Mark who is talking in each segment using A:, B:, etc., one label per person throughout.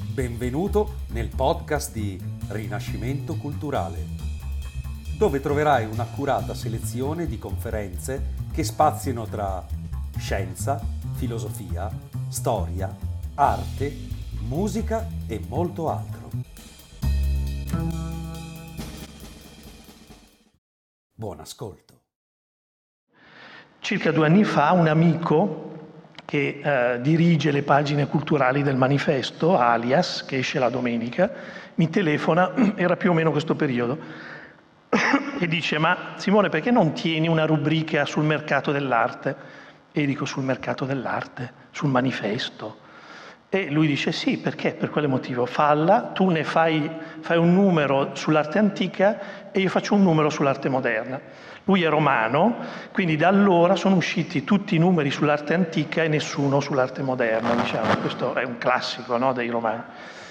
A: Benvenuto nel podcast di Rinascimento Culturale, dove troverai un'accurata selezione di conferenze che spaziano tra scienza, filosofia, storia, arte, musica e molto altro. Buon ascolto.
B: Circa 2 anni fa un amico che dirige le pagine culturali del Manifesto, Alias, che esce la domenica, mi telefona, era più o meno questo periodo, e dice: ma Simone, perché non tieni una rubrica sul mercato dell'arte? E io dico: sul mercato dell'arte? Sul Manifesto? E lui dice: sì, perché? Per quale motivo? Falla, tu ne fai un numero sull'arte antica e io faccio un numero sull'arte moderna. Lui è romano, quindi da allora sono usciti tutti i numeri sull'arte antica e nessuno sull'arte moderna, diciamo. Questo è un classico, no, dei romani.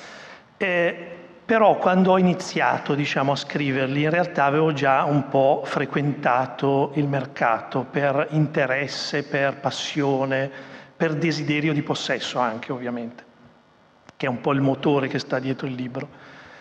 B: Però quando ho iniziato, diciamo, a scriverli, in realtà avevo già un po' frequentato il mercato per interesse, per passione, per desiderio di possesso anche, ovviamente, che è un po' il motore che sta dietro il libro.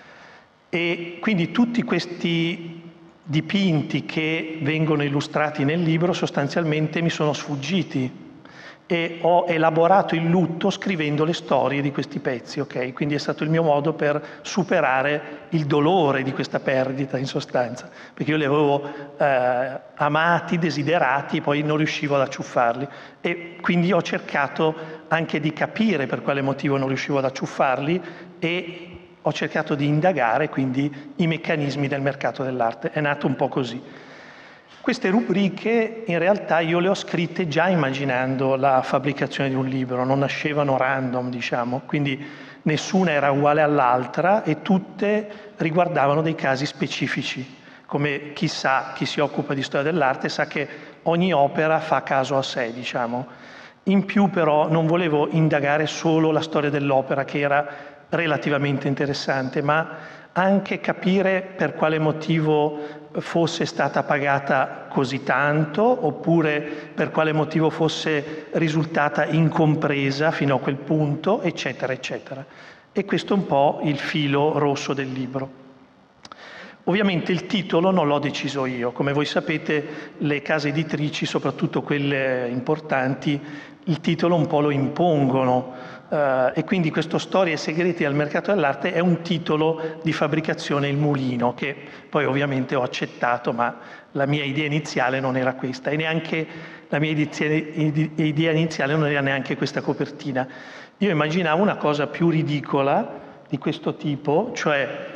B: E quindi tutti questi dipinti che vengono illustrati nel libro sostanzialmente mi sono sfuggiti e ho elaborato il lutto scrivendo le storie di questi pezzi, ok? Quindi è stato il mio modo per superare il dolore di questa perdita, in sostanza, perché io li avevo amati, desiderati, poi non riuscivo ad acciuffarli e quindi ho cercato anche di capire per quale motivo non riuscivo ad acciuffarli e ho cercato di indagare quindi i meccanismi del mercato dell'arte. È nato un po' così. Queste rubriche in realtà io le ho scritte già immaginando la fabbricazione di un libro, non nascevano random, diciamo, quindi nessuna era uguale all'altra e tutte riguardavano dei casi specifici. Come chi si occupa di storia dell'arte sa che ogni opera fa caso a sé, diciamo. In più però non volevo indagare solo la storia dell'opera, che era relativamente interessante, ma anche capire per quale motivo fosse stata pagata così tanto oppure per quale motivo fosse risultata incompresa fino a quel punto, eccetera, eccetera. E questo è un po' il filo rosso del libro. Ovviamente il titolo non l'ho deciso io, come voi sapete le case editrici, soprattutto quelle importanti, il titolo un po' lo impongono e quindi questo Storie segrete al mercato dell'arte è un titolo di fabbricazione Il Mulino, che poi ovviamente ho accettato, ma la mia idea iniziale non era questa e neanche la mia idea iniziale non era neanche questa copertina. Io immaginavo una cosa più ridicola di questo tipo, cioè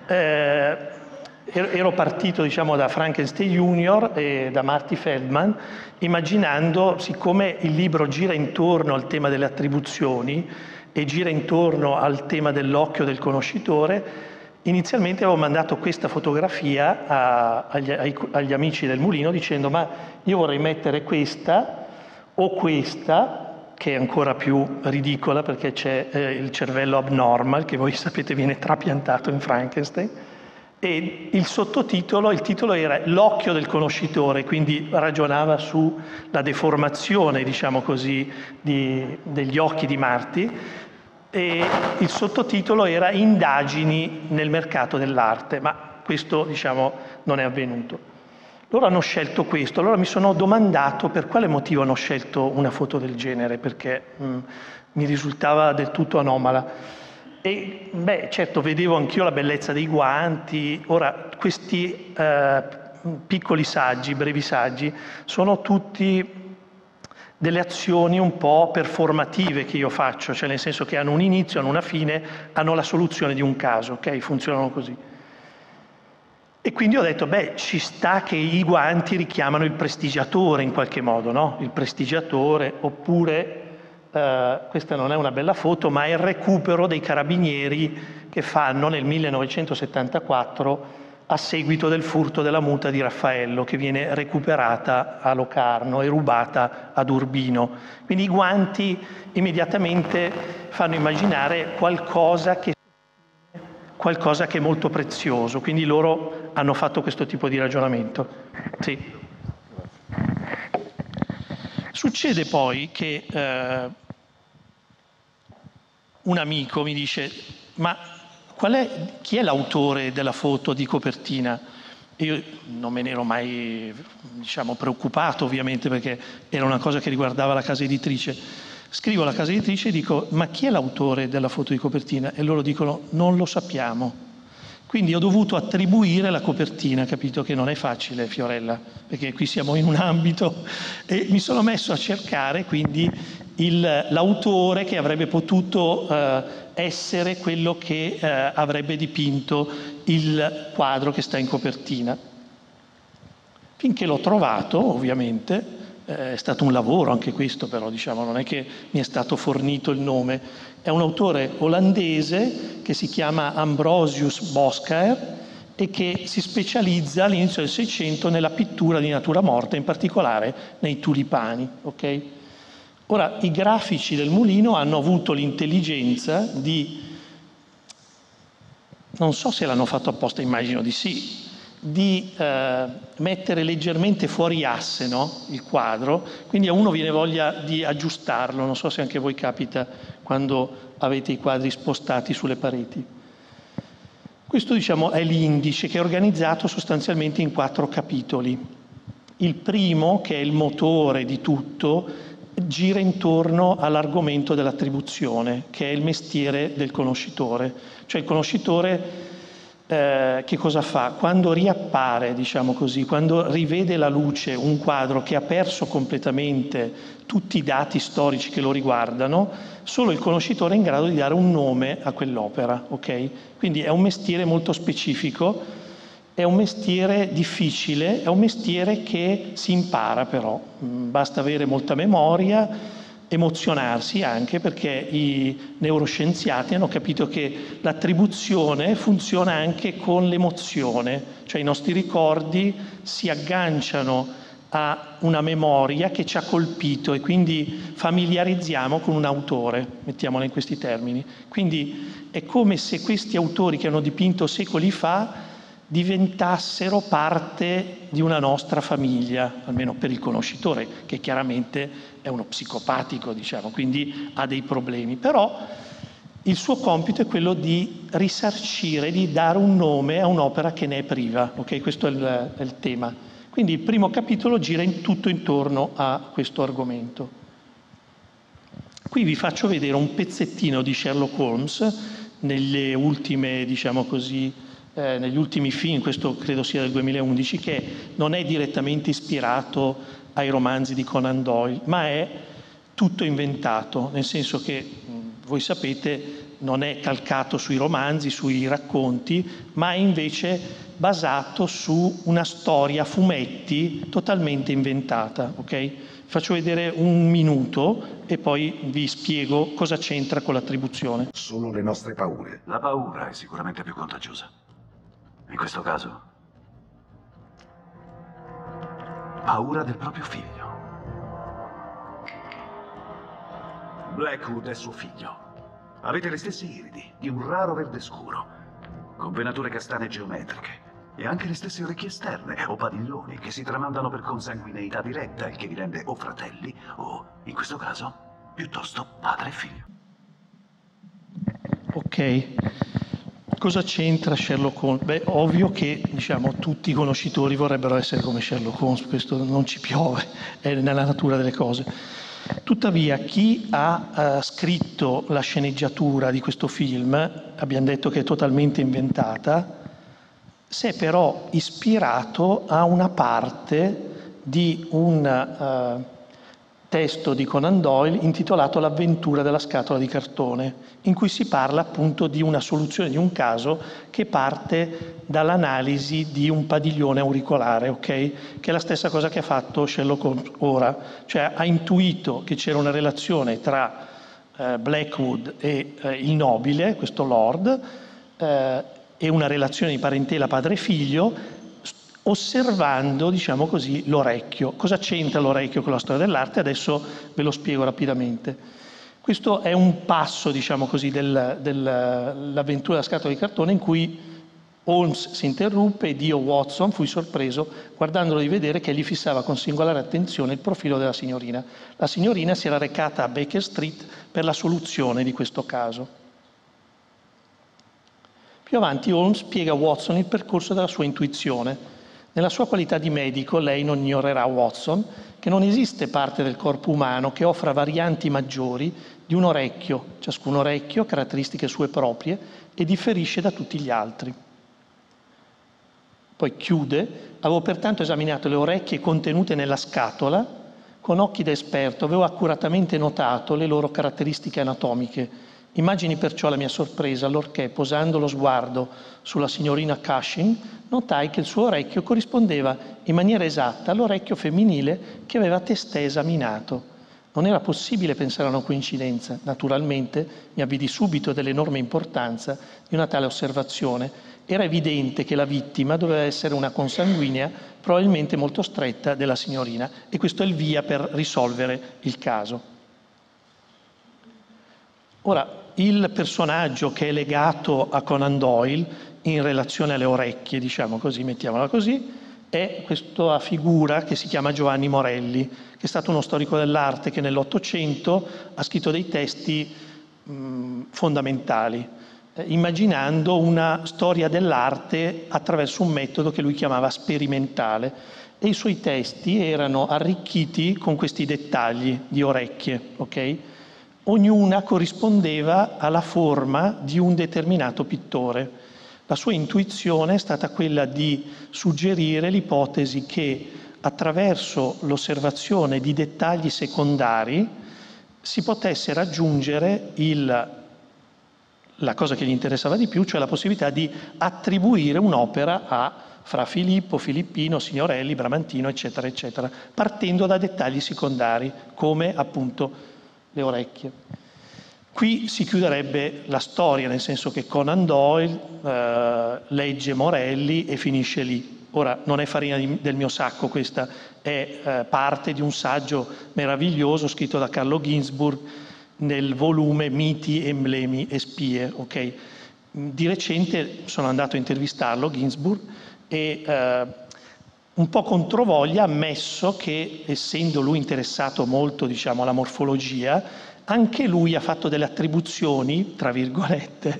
B: ero partito, diciamo, da Frankenstein Junior e da Marty Feldman, immaginando, siccome il libro gira intorno al tema delle attribuzioni e gira intorno al tema dell'occhio del conoscitore, inizialmente avevo mandato questa fotografia agli amici del Mulino dicendo: ma io vorrei mettere questa o questa, che è ancora più ridicola perché c'è il cervello abnormal, che voi sapete viene trapiantato in Frankenstein. E il sottotitolo, il titolo era L'occhio del conoscitore, quindi ragionava sulla deformazione, diciamo così, degli occhi di Marty, e il sottotitolo era Indagini nel mercato dell'arte, ma questo, diciamo, non è avvenuto. Loro hanno scelto questo, allora mi sono domandato per quale motivo hanno scelto una foto del genere, perché mi risultava del tutto anomala. E certo, vedevo anch'io la bellezza dei guanti. Ora, questi piccoli saggi, brevi saggi, sono tutti delle azioni un po' performative che io faccio, cioè nel senso che hanno un inizio, hanno una fine, hanno la soluzione di un caso, ok? Funzionano così. E quindi ho detto, ci sta che i guanti richiamano il prestigiatore in qualche modo, no? Il prestigiatore, oppure questa non è una bella foto, ma è il recupero dei carabinieri che fanno nel 1974 a seguito del furto della muta di Raffaello, che viene recuperata a Locarno e rubata ad Urbino. Quindi i guanti immediatamente fanno immaginare qualcosa che è molto prezioso, quindi loro hanno fatto questo tipo di ragionamento. Sì. Succede poi che un amico mi dice: ma chi è l'autore della foto di copertina? E io non me ne ero mai, preoccupato, ovviamente, perché era una cosa che riguardava la casa editrice. Scrivo alla casa editrice e dico: ma chi è l'autore della foto di copertina? E loro dicono: non lo sappiamo. Quindi ho dovuto attribuire la copertina, capito che non è facile, Fiorella, perché qui siamo in un ambito, e mi sono messo a cercare quindi l'autore che avrebbe potuto essere quello che avrebbe dipinto il quadro che sta in copertina. Finché l'ho trovato, ovviamente, è stato un lavoro anche questo, però non è che mi è stato fornito il nome. È un autore olandese che si chiama Ambrosius Bosschaert e che si specializza all'inizio del Seicento nella pittura di natura morta, in particolare nei tulipani. Okay? Ora, i grafici del Mulino hanno avuto l'intelligenza di, non so se l'hanno fatto apposta, immagino di sì, di mettere leggermente fuori asse, no? Il quadro, quindi a uno viene voglia di aggiustarlo. Non so se anche a voi capita quando avete i quadri spostati sulle pareti. Questo è l'indice, che è organizzato sostanzialmente in 4 capitoli. Il primo, che è il motore di tutto, gira intorno all'argomento dell'attribuzione, che è il mestiere del conoscitore. Cioè il conoscitore che cosa fa? Quando riappare, quando rivede la luce un quadro che ha perso completamente tutti i dati storici che lo riguardano, solo il conoscitore è in grado di dare un nome a quell'opera, ok? Quindi è un mestiere molto specifico, è un mestiere difficile, è un mestiere che si impara però, basta avere molta memoria, emozionarsi anche, perché i neuroscienziati hanno capito che l'attribuzione funziona anche con l'emozione, cioè i nostri ricordi si agganciano a una memoria che ci ha colpito e quindi familiarizziamo con un autore, mettiamola in questi termini. Quindi è come se questi autori che hanno dipinto secoli fa diventassero parte di una nostra famiglia, almeno per il conoscitore, che chiaramente è uno psicopatico, quindi ha dei problemi. Però il suo compito è quello di risarcire, di dare un nome a un'opera che ne è priva. Okay? Questo è il tema. Quindi il primo capitolo gira tutto intorno a questo argomento. Qui vi faccio vedere un pezzettino di Sherlock Holmes nelle ultime, negli ultimi film, questo credo sia del 2011, che non è direttamente ispirato ai romanzi di Conan Doyle, ma è tutto inventato, nel senso che, voi sapete, non è calcato sui romanzi, sui racconti, ma è invece basato su una storia a fumetti totalmente inventata. Okay? Faccio vedere un minuto e poi vi spiego cosa c'entra con l'attribuzione.
C: Solo le nostre paure.
D: La paura è sicuramente più contagiosa. In questo caso, paura del proprio figlio. Blackwood è suo figlio. Avete le stesse iridi, di un raro verde scuro, con venature castane geometriche, e anche le stesse orecchie esterne o padiglioni che si tramandano per consanguineità diretta, il che vi rende o fratelli o, in questo caso, piuttosto padre e figlio.
B: Ok. Cosa c'entra Sherlock Holmes? Beh, ovvio che tutti i conoscitori vorrebbero essere come Sherlock Holmes, questo non ci piove, è nella natura delle cose. Tuttavia, chi ha scritto la sceneggiatura di questo film, abbiamo detto che è totalmente inventata, si è però ispirato a una parte di un testo di Conan Doyle intitolato L'avventura della scatola di cartone, in cui si parla appunto di una soluzione di un caso che parte dall'analisi di un padiglione auricolare, ok? Che è la stessa cosa che ha fatto Sherlock Holmes ora, cioè ha intuito che c'era una relazione tra Blackwood e il nobile, questo lord, e una relazione di parentela padre-figlio, osservando, l'orecchio. Cosa c'entra l'orecchio con la storia dell'arte? Adesso ve lo spiego rapidamente. Questo è un passo, dell'avventura della scatola di cartone in cui Holmes si interruppe ed io, Watson, fui sorpreso guardandolo di vedere che egli fissava con singolare attenzione il profilo della signorina. La signorina si era recata a Baker Street per la soluzione di questo caso. Più avanti Holmes spiega a Watson il percorso della sua intuizione. Nella sua qualità di medico lei non ignorerà, Watson, che non esiste parte del corpo umano che offra varianti maggiori di un orecchio. Ciascun orecchio ha caratteristiche sue proprie e differisce da tutti gli altri. Poi chiude: avevo pertanto esaminato le orecchie contenute nella scatola con occhi da esperto, avevo accuratamente notato le loro caratteristiche anatomiche. Immagini perciò la mia sorpresa allorché, posando lo sguardo sulla signorina Cushing, notai che il suo orecchio corrispondeva in maniera esatta all'orecchio femminile che aveva testé esaminato. Non era possibile pensare a una coincidenza. Naturalmente mi avvidi subito dell'enorme importanza di una tale osservazione. Era evidente che la vittima doveva essere una consanguinea, probabilmente molto stretta, della signorina, e questo è il via per risolvere il caso. Ora, il personaggio che è legato a Conan Doyle in relazione alle orecchie, diciamo così, mettiamola così, è questa figura che si chiama Giovanni Morelli, che è stato uno storico dell'arte che nell'Ottocento ha scritto dei testi fondamentali, immaginando una storia dell'arte attraverso un metodo che lui chiamava sperimentale, e i suoi testi erano arricchiti con questi dettagli di orecchie, ok? Ognuna corrispondeva alla forma di un determinato pittore. La sua intuizione è stata quella di suggerire l'ipotesi che attraverso l'osservazione di dettagli secondari si potesse raggiungere la cosa che gli interessava di più, cioè la possibilità di attribuire un'opera a Fra Filippo, Filippino, Signorelli, Bramantino, eccetera, eccetera, partendo da dettagli secondari, come appunto le orecchie. Qui si chiuderebbe la storia, nel senso che Conan Doyle legge Morelli e finisce lì. Ora, non è farina del mio sacco questa, è parte di un saggio meraviglioso scritto da Carlo Ginzburg nel volume Miti, Emblemi e Spie. Okay? Di recente sono andato a intervistarlo, Ginzburg, e un po' controvoglia ha ammesso che, essendo lui interessato molto, diciamo, alla morfologia, anche lui ha fatto delle attribuzioni, tra virgolette,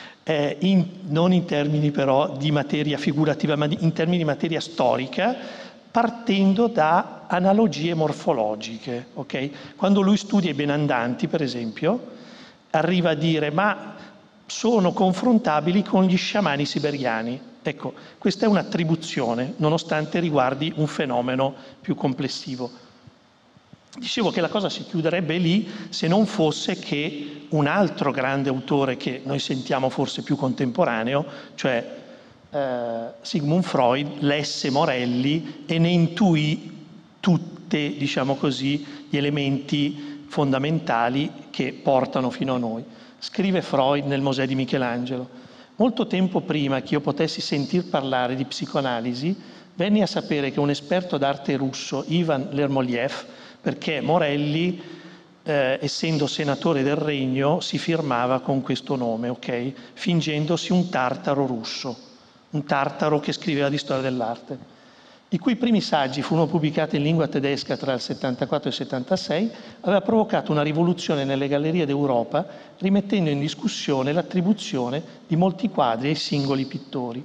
B: non in termini però di materia figurativa, ma in termini di materia storica, partendo da analogie morfologiche. Okay? Quando lui studia i benandanti, per esempio, arriva a dire: ma sono confrontabili con gli sciamani siberiani. Ecco, questa è un'attribuzione, nonostante riguardi un fenomeno più complessivo. Dicevo che la cosa si chiuderebbe lì se non fosse che un altro grande autore che noi sentiamo forse più contemporaneo, cioè Sigmund Freud, lesse Morelli e ne intuì tutti, diciamo così, gli elementi fondamentali che portano fino a noi. Scrive Freud nel Mosè di Michelangelo: molto tempo prima che io potessi sentir parlare di psicoanalisi, venni a sapere che un esperto d'arte russo, Ivan Lermoliev, perché Morelli, essendo senatore del regno, si firmava con questo nome, ok? Fingendosi un tartaro russo, un tartaro che scriveva di storia dell'arte, i cui primi saggi furono pubblicati in lingua tedesca tra il 74 e il 76, aveva provocato una rivoluzione nelle gallerie d'Europa, rimettendo in discussione l'attribuzione di molti quadri ai singoli pittori.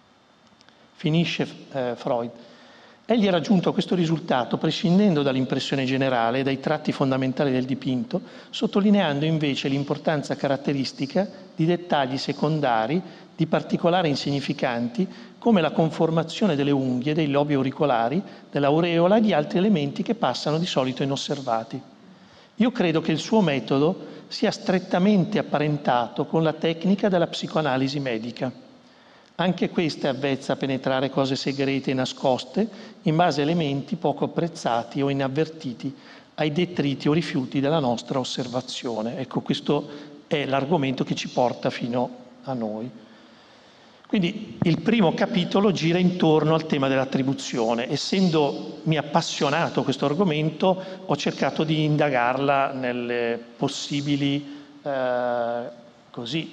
B: Finisce Freud. Egli era giunto a questo risultato prescindendo dall'impressione generale e dai tratti fondamentali del dipinto, sottolineando invece l'importanza caratteristica di dettagli secondari di particolare insignificanti, come la conformazione delle unghie, dei lobi auricolari, dell'aureola e di altri elementi che passano di solito inosservati. Io credo che il suo metodo sia strettamente apparentato con la tecnica della psicoanalisi medica. Anche questa è avvezza a penetrare cose segrete e nascoste in base a elementi poco apprezzati o inavvertiti, ai detriti o rifiuti della nostra osservazione. Ecco, questo è l'argomento che ci porta fino a noi. Quindi il primo capitolo gira intorno al tema dell'attribuzione. Essendomi appassionato a questo argomento, ho cercato di indagarla nelle possibili così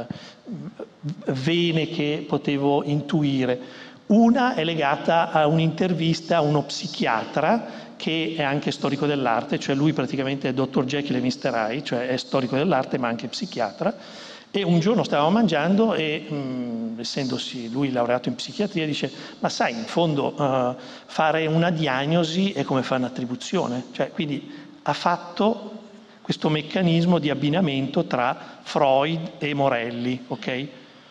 B: vene che potevo intuire. Una è legata a un'intervista a uno psichiatra che è anche storico dell'arte, cioè lui praticamente è Dr. Jekyll e Mr. Hyde, cioè è storico dell'arte ma anche psichiatra, e un giorno stavamo mangiando e essendosi lui laureato in psichiatria dice: ma sai, in fondo fare una diagnosi è come fare un'attribuzione, cioè quindi ha fatto questo meccanismo di abbinamento tra Freud e Morelli, ok?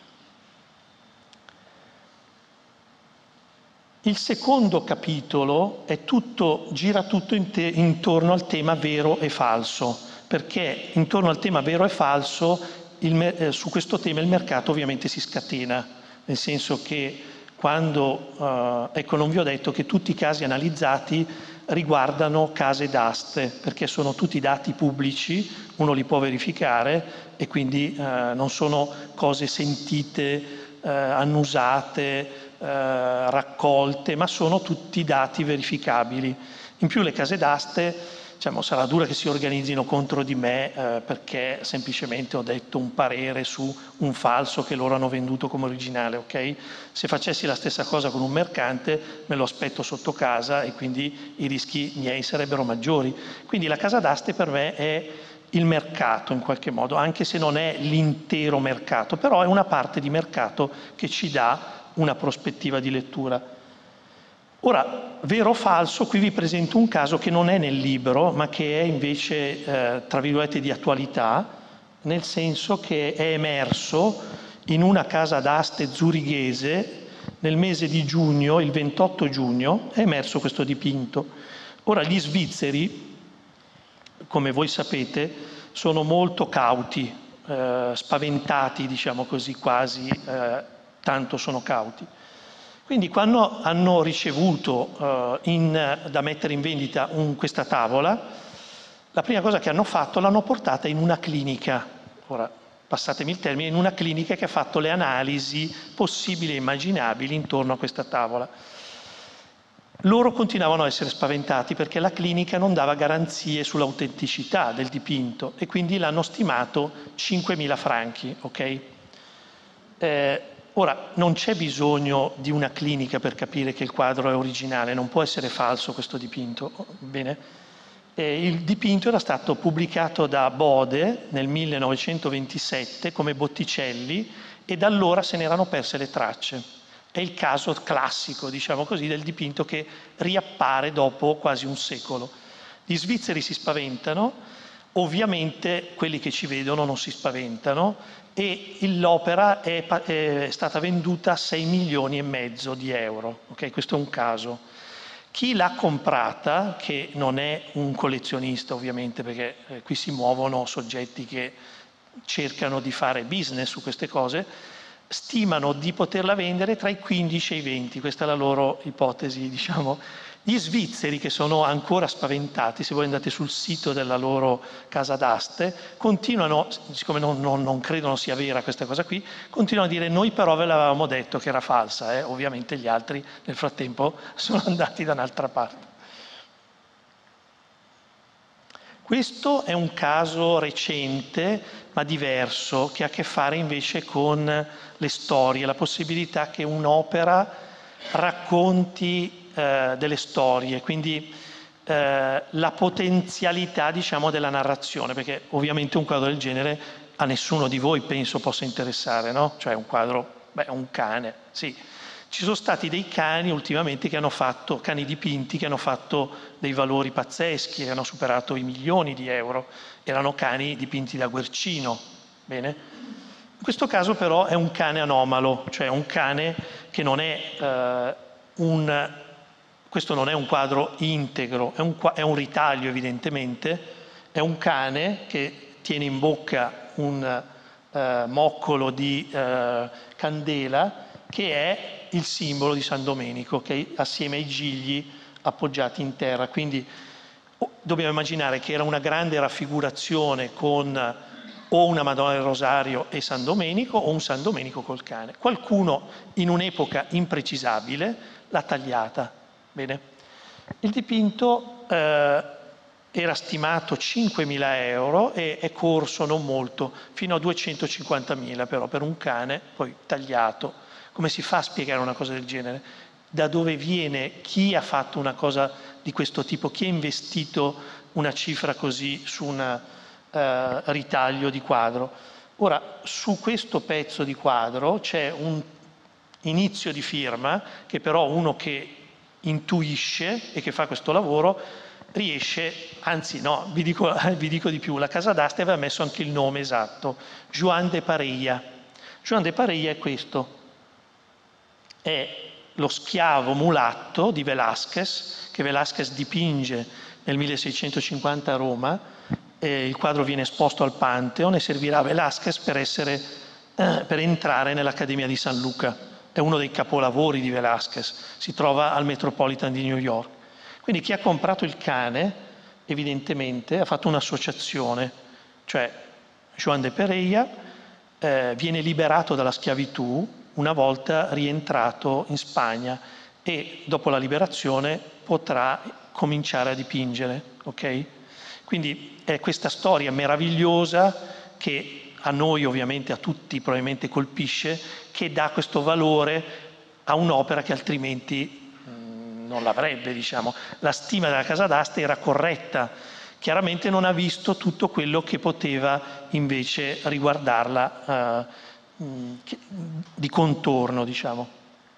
B: Il secondo capitolo gira tutto intorno al tema vero e falso, perché intorno al tema vero e falso su questo tema il mercato ovviamente si scatena, nel senso che quando, ecco, non vi ho detto che tutti i casi analizzati riguardano case d'aste, perché sono tutti dati pubblici, uno li può verificare e quindi non sono cose sentite, annusate, raccolte, ma sono tutti dati verificabili. In più le case d'aste, diciamo, sarà dura che si organizzino contro di me perché semplicemente ho detto un parere su un falso che loro hanno venduto come originale, ok? Se facessi la stessa cosa con un mercante me lo aspetto sotto casa e quindi i rischi miei sarebbero maggiori. Quindi la casa d'aste per me è il mercato in qualche modo, anche se non è l'intero mercato, però è una parte di mercato che ci dà una prospettiva di lettura. Ora, vero o falso, qui vi presento un caso che non è nel libro, ma che è invece, tra virgolette, di attualità, nel senso che è emerso in una casa d'aste zurighese nel mese di giugno, il 28 giugno, è emerso questo dipinto. Ora, gli svizzeri, come voi sapete, sono molto cauti, spaventati, diciamo così, quasi, tanto sono cauti. Quindi quando hanno ricevuto da mettere in vendita questa tavola, la prima cosa che hanno fatto l'hanno portata in una clinica, ora passatemi il termine, in una clinica che ha fatto le analisi possibili e immaginabili intorno a questa tavola. Loro continuavano a essere spaventati perché la clinica non dava garanzie sull'autenticità del dipinto e quindi l'hanno stimato 5.000 franchi, ok? Ora, non c'è bisogno di una clinica per capire che il quadro è originale, non può essere falso questo dipinto, bene? Il dipinto era stato pubblicato da Bode nel 1927 come Botticelli e da allora se ne erano perse le tracce. È il caso classico, diciamo così, del dipinto che riappare dopo quasi un secolo. Gli svizzeri si spaventano, ovviamente quelli che ci vedono non si spaventano e l'opera è stata venduta a 6,5 milioni di euro. Okay? Questo è un caso. Chi l'ha comprata, che non è un collezionista ovviamente, perché qui si muovono soggetti che cercano di fare business su queste cose, stimano di poterla vendere tra i 15 e i 20, questa è la loro ipotesi, diciamo. Gli svizzeri, che sono ancora spaventati, se voi andate sul sito della loro casa d'aste, continuano, siccome non credono sia vera questa cosa qui, continuano a dire: noi però ve l'avevamo detto che era falsa, ovviamente gli altri nel frattempo sono andati da un'altra parte. Questo è un caso recente ma diverso, che ha a che fare invece con le storie, la possibilità che un'opera racconti delle storie, quindi la potenzialità, diciamo, della narrazione, perché ovviamente un quadro del genere a nessuno di voi penso possa interessare, no? Cioè un quadro, un cane, sì. Ci sono stati dei cani ultimamente che hanno fatto, cani dipinti che hanno fatto dei valori pazzeschi, che hanno superato i milioni di euro, erano cani dipinti da Guercino, bene? In questo caso però è un cane anomalo, cioè un cane che non è questo non è un quadro integro, è un ritaglio evidentemente, è un cane che tiene in bocca un moccolo di candela che è il simbolo di San Domenico, che assieme ai gigli appoggiati in terra. Quindi dobbiamo immaginare che era una grande raffigurazione con o una Madonna del Rosario e San Domenico o un San Domenico col cane. Qualcuno in un'epoca imprecisabile l'ha tagliata. Bene. Il dipinto è era stimato 5.000 euro e è corso non molto, fino a 250.000 però per un cane, poi tagliato. Come si fa a spiegare una cosa del genere? Da dove viene? Chi ha fatto una cosa di questo tipo? Chi ha investito una cifra così su un ritaglio di quadro? Ora, su questo pezzo di quadro c'è un inizio di firma che però uno che intuisce e che fa questo lavoro riesce, anzi no, vi dico di più, la casa d'asta aveva messo anche il nome esatto, Joan de Pareja. Joan de Pareja è questo, è lo schiavo mulatto di Velázquez, che Velázquez dipinge nel 1650 a Roma. Il quadro viene esposto al Pantheon e servirà a Velázquez per entrare nell'Accademia di San Luca. È uno dei capolavori di Velázquez, si trova al Metropolitan di New York. Quindi chi ha comprato il cane evidentemente ha fatto un'associazione, cioè Joan de Pareja viene liberato dalla schiavitù una volta rientrato in Spagna e dopo la liberazione potrà cominciare a dipingere. Okay? Quindi è questa storia meravigliosa che a noi ovviamente, a tutti probabilmente colpisce, che dà questo valore a un'opera che altrimenti non l'avrebbe, diciamo. La stima della casa d'asta era corretta, chiaramente non ha visto tutto quello che poteva invece riguardarla di contorno, diciamo.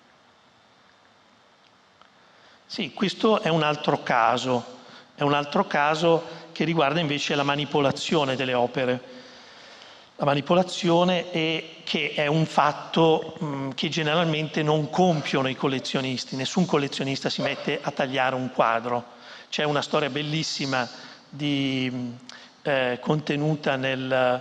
B: Sì, questo è un altro caso che riguarda invece la manipolazione delle opere. La manipolazione che è un fatto che generalmente non compiono i collezionisti. Nessun collezionista si mette a tagliare un quadro. C'è una storia bellissima contenuta nel...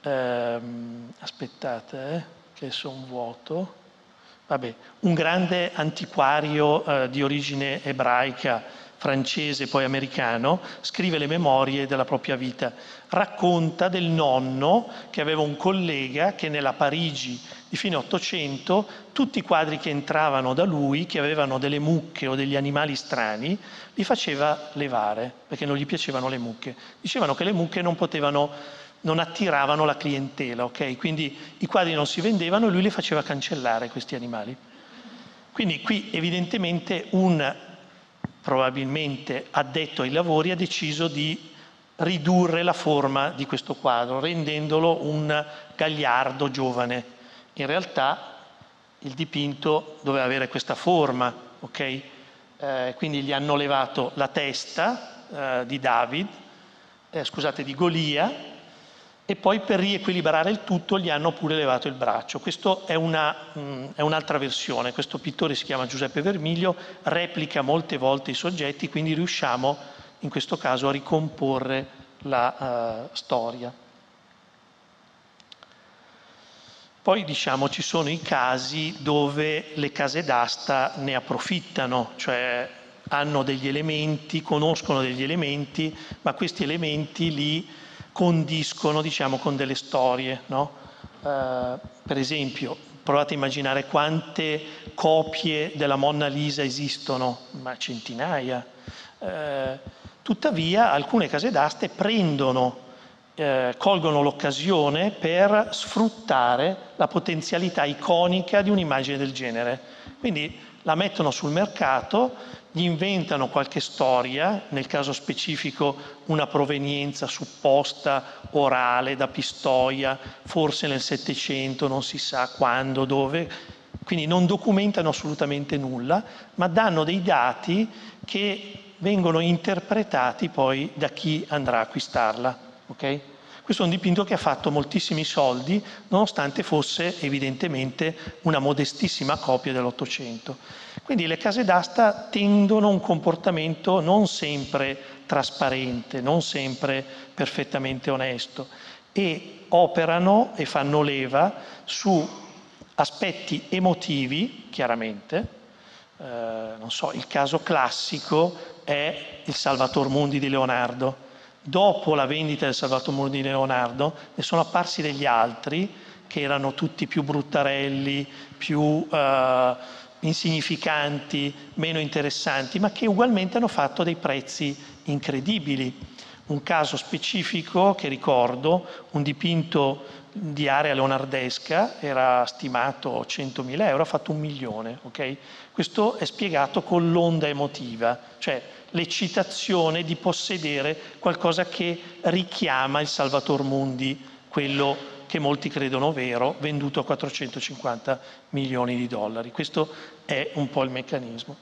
B: aspettate, che sono vuoto. Vabbè, un grande antiquario di origine ebraica, francese, poi americano, scrive le memorie della propria vita. Racconta del nonno che aveva un collega che nella Parigi di fine Ottocento tutti i quadri che entravano da lui, che avevano delle mucche o degli animali strani, li faceva levare perché non gli piacevano le mucche. Dicevano che le mucche non attiravano la clientela, ok? Quindi i quadri non si vendevano e lui li faceva cancellare questi animali. Quindi qui evidentemente probabilmente addetto ai lavori ha deciso di ridurre la forma di questo quadro, rendendolo un gagliardo giovane. In realtà il dipinto doveva avere questa forma, ok? Quindi gli hanno levato la testa di di Golia, e poi per riequilibrare il tutto gli hanno pure levato il braccio. Questa è un'altra versione. Questo pittore si chiama Giuseppe Vermiglio, replica molte volte i soggetti, quindi riusciamo in questo caso a ricomporre la storia. Poi diciamo ci sono i casi dove le case d'asta ne approfittano, cioè hanno degli elementi, conoscono degli elementi, ma questi elementi li condiscono, diciamo, con delle storie, no? Per esempio, provate a immaginare quante copie della Monna Lisa esistono, ma centinaia. Tuttavia, alcune case d'aste colgono l'occasione per sfruttare la potenzialità iconica di un'immagine del genere. Quindi la mettono sul mercato, gli inventano qualche storia, nel caso specifico una provenienza supposta orale da Pistoia, forse nel Settecento, non si sa quando, dove, quindi non documentano assolutamente nulla, ma danno dei dati che vengono interpretati poi da chi andrà a acquistarla. Okay? Questo è un dipinto che ha fatto moltissimi soldi, nonostante fosse evidentemente una modestissima copia dell'Ottocento. Quindi le case d'asta tendono un comportamento non sempre trasparente, non sempre perfettamente onesto, e operano e fanno leva su aspetti emotivi, chiaramente. Non so, il caso classico è il Salvator Mundi di Leonardo. Dopo la vendita del Salvator Mundi di Leonardo ne sono apparsi degli altri che erano tutti più bruttarelli, più insignificanti, meno interessanti, ma che ugualmente hanno fatto dei prezzi incredibili. un caso specifico che ricordo, un dipinto di area leonardesca, era stimato 100.000 euro, ha fatto 1 milione. Okay? Questo è spiegato con l'onda emotiva, cioè l'eccitazione di possedere qualcosa che richiama il Salvator Mundi, quello che molti credono vero, venduto a 450 milioni di dollari. Questo è un po' il meccanismo.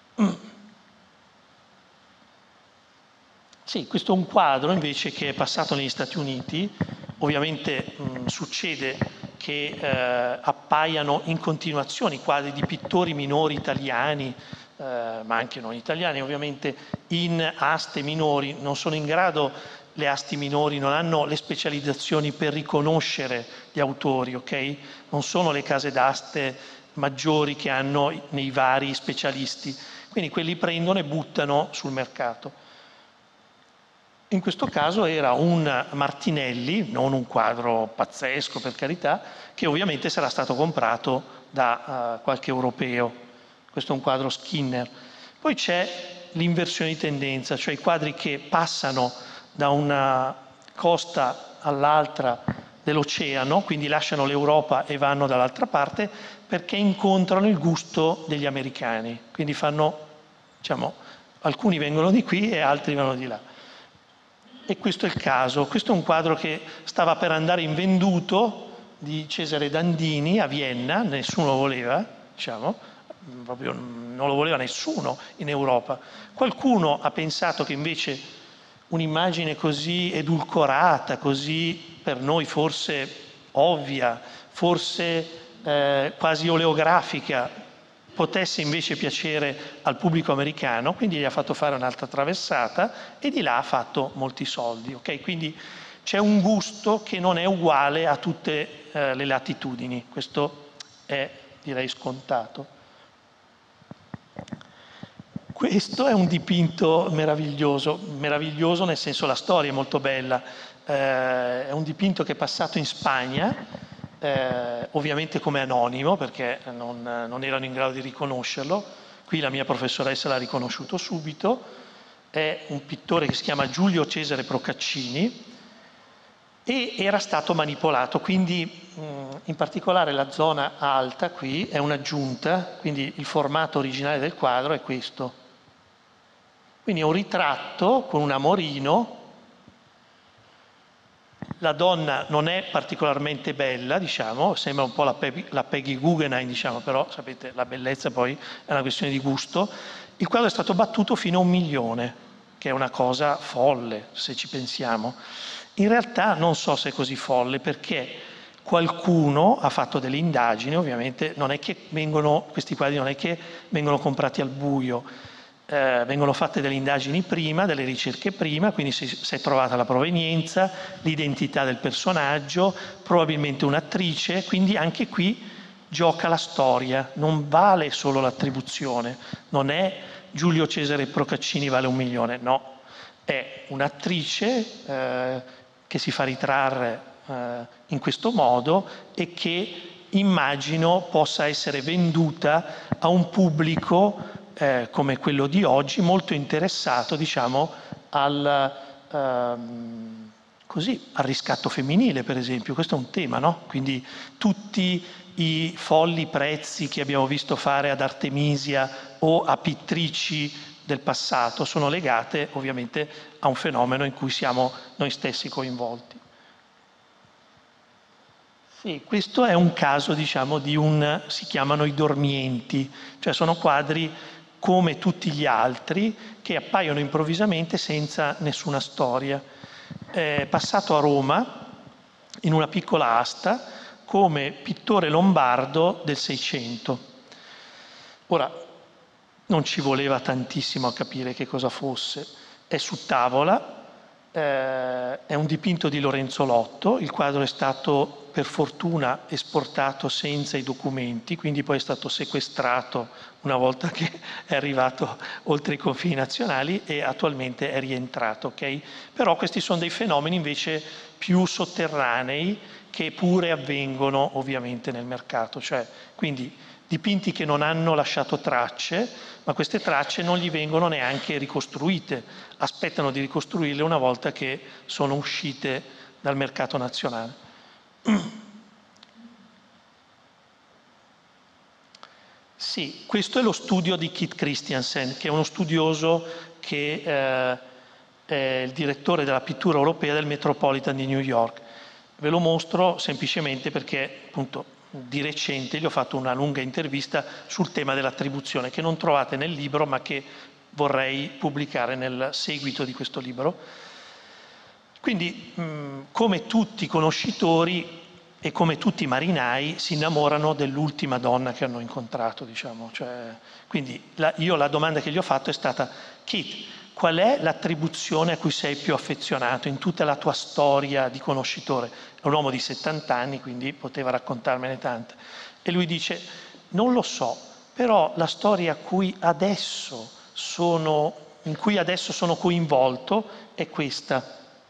B: Sì, questo è un quadro invece che è passato negli Stati Uniti. Ovviamente succede che appaiano in continuazione i quadri di pittori minori italiani, ma anche non italiani ovviamente, in aste minori. Non sono in grado, le aste minori non hanno le specializzazioni per riconoscere gli autori, ok? Non sono le case d'aste maggiori che hanno nei vari specialisti, quindi quelli prendono e buttano sul mercato. In questo caso era un Martinelli, non un quadro pazzesco per carità, che ovviamente sarà stato comprato da qualche europeo. Questo è un quadro Skinner. Poi c'è l'inversione di tendenza, cioè i quadri che passano da una costa all'altra dell'oceano, quindi lasciano l'Europa e vanno dall'altra parte, perché incontrano il gusto degli americani. Quindi fanno, diciamo, alcuni vengono di qui e altri vanno di là. E questo è il caso. Questo è un quadro che stava per andare in venduto di Cesare Dandini a Vienna, nessuno lo voleva, diciamo, proprio non lo voleva nessuno in Europa. Qualcuno ha pensato che invece un'immagine così edulcorata, così per noi forse ovvia, forse quasi oleografica, potesse invece piacere al pubblico americano, quindi gli ha fatto fare un'altra traversata e di là ha fatto molti soldi. Okay? Quindi c'è un gusto che non è uguale a tutte le latitudini, questo è direi scontato. Questo è un dipinto meraviglioso, meraviglioso nel senso la storia è molto bella, è un dipinto che è passato in Spagna, ovviamente come anonimo perché non erano in grado di riconoscerlo. Qui la mia professoressa l'ha riconosciuto subito. È un pittore che si chiama Giulio Cesare Procaccini e era stato manipolato, quindi in particolare la zona alta qui è un'aggiunta, quindi il formato originale del quadro è questo. Quindi è un ritratto con un amorino. La donna non è particolarmente bella, diciamo, sembra un po' la Peggy Guggenheim, diciamo, però sapete la bellezza poi è una questione di gusto. Il quadro è stato battuto fino a 1 milione, che è una cosa folle se ci pensiamo. In realtà non so se è così folle perché qualcuno ha fatto delle indagini, ovviamente non è che questi quadri non è che vengono comprati al buio, vengono fatte delle indagini prima, delle ricerche prima, quindi si è trovata la provenienza, l'identità del personaggio, probabilmente un'attrice, quindi anche qui gioca la storia, non vale solo l'attribuzione, non è Giulio Cesare Procaccini vale 1 milione, no, è un'attrice che si fa ritrarre in questo modo e che immagino possa essere venduta a un pubblico come quello di oggi, molto interessato diciamo al riscatto femminile per esempio, questo è un tema, no? Quindi tutti i folli prezzi che abbiamo visto fare ad Artemisia o a pittrici del passato sono legate ovviamente a un fenomeno in cui siamo noi stessi coinvolti. Sì, questo è un caso diciamo si chiamano i dormienti, cioè sono quadri come tutti gli altri che appaiono improvvisamente senza nessuna storia. È passato a Roma in una piccola asta come pittore lombardo del Seicento. Ora, non ci voleva tantissimo a capire che cosa fosse. È su tavola, è un dipinto di Lorenzo Lotto, il quadro è stato per fortuna esportato senza i documenti, quindi poi è stato sequestrato una volta che è arrivato oltre i confini nazionali e attualmente è rientrato. Okay? Però questi sono dei fenomeni invece più sotterranei che pure avvengono ovviamente nel mercato, cioè quindi dipinti che non hanno lasciato tracce, ma queste tracce non gli vengono neanche ricostruite, aspettano di ricostruirle una volta che sono uscite dal mercato nazionale. Sì, questo è lo studio di Keith Christiansen, che è uno studioso che è il direttore della pittura europea del Metropolitan di New York. Ve lo mostro semplicemente perché appunto di recente gli ho fatto una lunga intervista sul tema dell'attribuzione, che non trovate nel libro ma che vorrei pubblicare nel seguito di questo libro. Quindi, come tutti i conoscitori e come tutti i marinai, si innamorano dell'ultima donna che hanno incontrato, diciamo. Quindi io la domanda che gli ho fatto è stata: Keith, qual è l'attribuzione a cui sei più affezionato in tutta la tua storia di conoscitore? È un uomo di 70 anni, quindi poteva raccontarmene tante. E lui dice: non lo so, però la storia in cui adesso sono coinvolto è questa,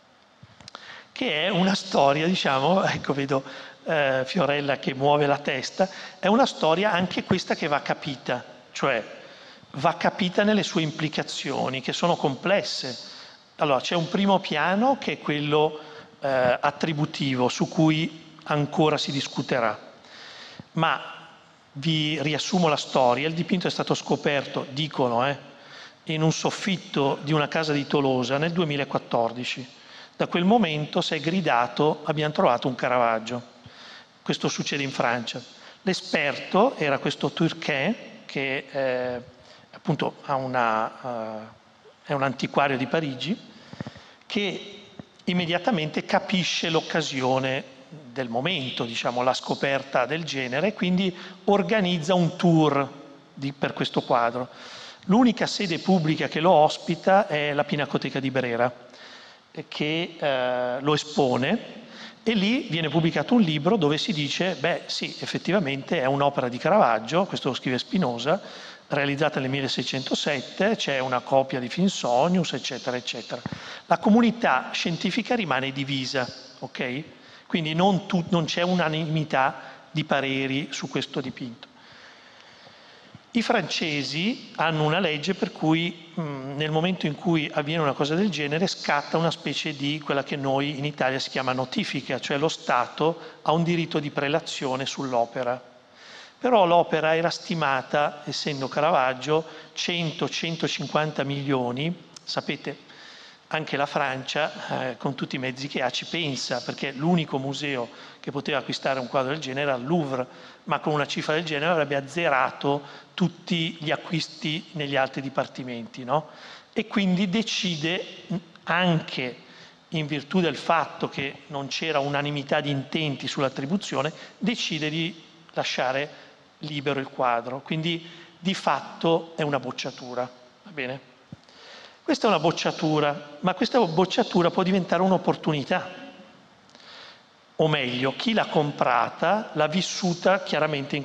B: che è una storia, diciamo, ecco, vedo Fiorella che muove la testa, è una storia anche questa che va capita, cioè va capita nelle sue implicazioni, che sono complesse. Allora, c'è un primo piano che è quello attributivo, su cui ancora si discuterà. Ma vi riassumo la storia. Il dipinto è stato scoperto, dicono, in un soffitto di una casa di Tolosa nel 2014. Da quel momento si è gridato: abbiamo trovato un Caravaggio. Questo succede in Francia. L'esperto era questo Turquin, che appunto è un antiquario di Parigi, che immediatamente capisce l'occasione del momento, diciamo, la scoperta del genere, e quindi organizza un tour per questo quadro. L'unica sede pubblica che lo ospita è la Pinacoteca di Brera, che lo espone, e lì viene pubblicato un libro dove si dice: beh sì, effettivamente è un'opera di Caravaggio, questo lo scrive Spinoza, realizzata nel 1607, c'è una copia di Finsonius, eccetera, eccetera. La comunità scientifica rimane divisa, ok? Quindi non c'è unanimità di pareri su questo dipinto. I francesi hanno una legge per cui nel momento in cui avviene una cosa del genere scatta una specie di quella che noi in Italia si chiama notifica, cioè lo Stato ha un diritto di prelazione sull'opera. Però l'opera era stimata, essendo Caravaggio, 100-150 milioni. Sapete, anche la Francia, con tutti i mezzi che ha, ci pensa, perché l'unico museo che poteva acquistare un quadro del genere era il Louvre, ma con una cifra del genere avrebbe azzerato tutti gli acquisti negli altri dipartimenti, no? E quindi decide, anche in virtù del fatto che non c'era unanimità di intenti sull'attribuzione, decide di lasciare libero il quadro. Quindi di fatto è una bocciatura, va bene? Questa è una bocciatura, ma questa bocciatura può diventare un'opportunità. O meglio, chi l'ha comprata l'ha vissuta chiaramente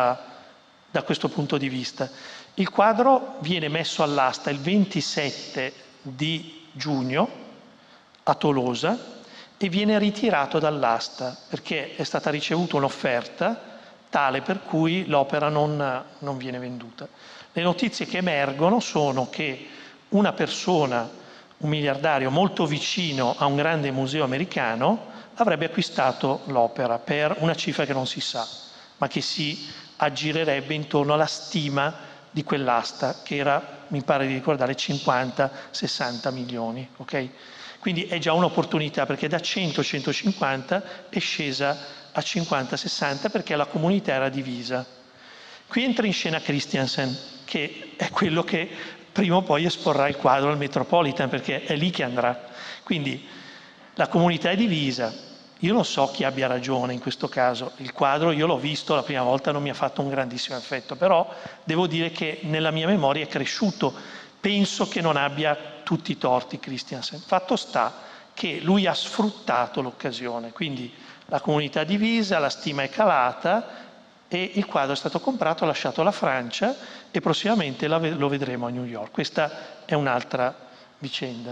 B: da questo punto di vista. Il quadro viene messo all'asta il 27 di giugno a Tolosa e viene ritirato dall'asta perché è stata ricevuta un'offerta tale per cui l'opera non viene venduta. Le notizie che emergono sono che una persona, un miliardario molto vicino a un grande museo americano, avrebbe acquistato l'opera per una cifra che non si sa, ma che si aggirerebbe intorno alla stima di quell'asta, che era, mi pare di ricordare, 50-60 milioni. Okay? Quindi è già un'opportunità, perché da 100-150 è scesa a 50-60 perché la comunità era divisa. Qui entra in scena Christiansen, che è quello che prima o poi esporrà il quadro al Metropolitan, perché è lì che andrà. Quindi la comunità è divisa. Io non so chi abbia ragione in questo caso. Il quadro io l'ho visto la prima volta, non mi ha fatto un grandissimo effetto, però devo dire che nella mia memoria è cresciuto. Penso che non abbia tutti i torti Christiansen. Fatto sta che lui ha sfruttato l'occasione, quindi la comunità è divisa, la stima è calata e il quadro è stato comprato, ha lasciato la Francia e prossimamente lo vedremo a New York. Questa è un'altra vicenda.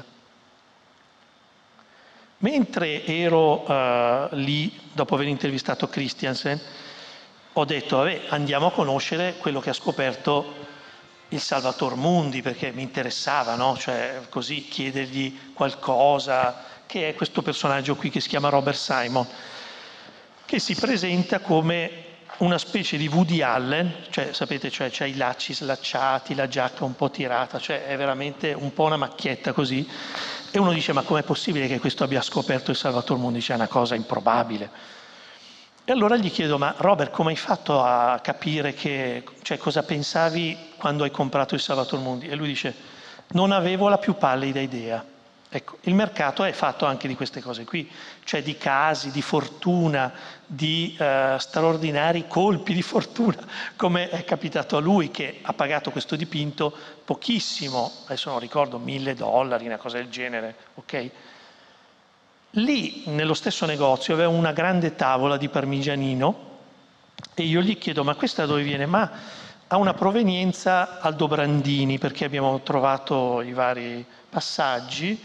B: Mentre ero lì, dopo aver intervistato Christiansen, ho detto, vabbè, andiamo a conoscere quello che ha scoperto il Salvator Mundi, perché mi interessava, no? Cioè, così chiedergli qualcosa, che è questo personaggio qui che si chiama Robert Simon, che si presenta come una specie di Woody Allen, cioè sapete, cioè c'ha i lacci slacciati, la giacca un po' tirata, cioè è veramente un po' una macchietta così, e uno dice, ma com'è possibile che questo abbia scoperto il Salvator Mundi? C'è una cosa improbabile. E allora gli chiedo, ma Robert, come hai fatto a capire cioè cosa pensavi quando hai comprato il Salvator Mundi? E lui dice, non avevo la più pallida idea. Ecco, il mercato è fatto anche di queste cose qui, cioè di casi, di fortuna, di straordinari colpi di fortuna, come è capitato a lui che ha pagato questo dipinto pochissimo, adesso non ricordo, $1.000, una cosa del genere, ok? Lì, nello stesso negozio, aveva una grande tavola di parmigianino e io gli chiedo, ma questa da dove viene? Ma ha una provenienza Aldobrandini, perché abbiamo trovato i vari passaggi.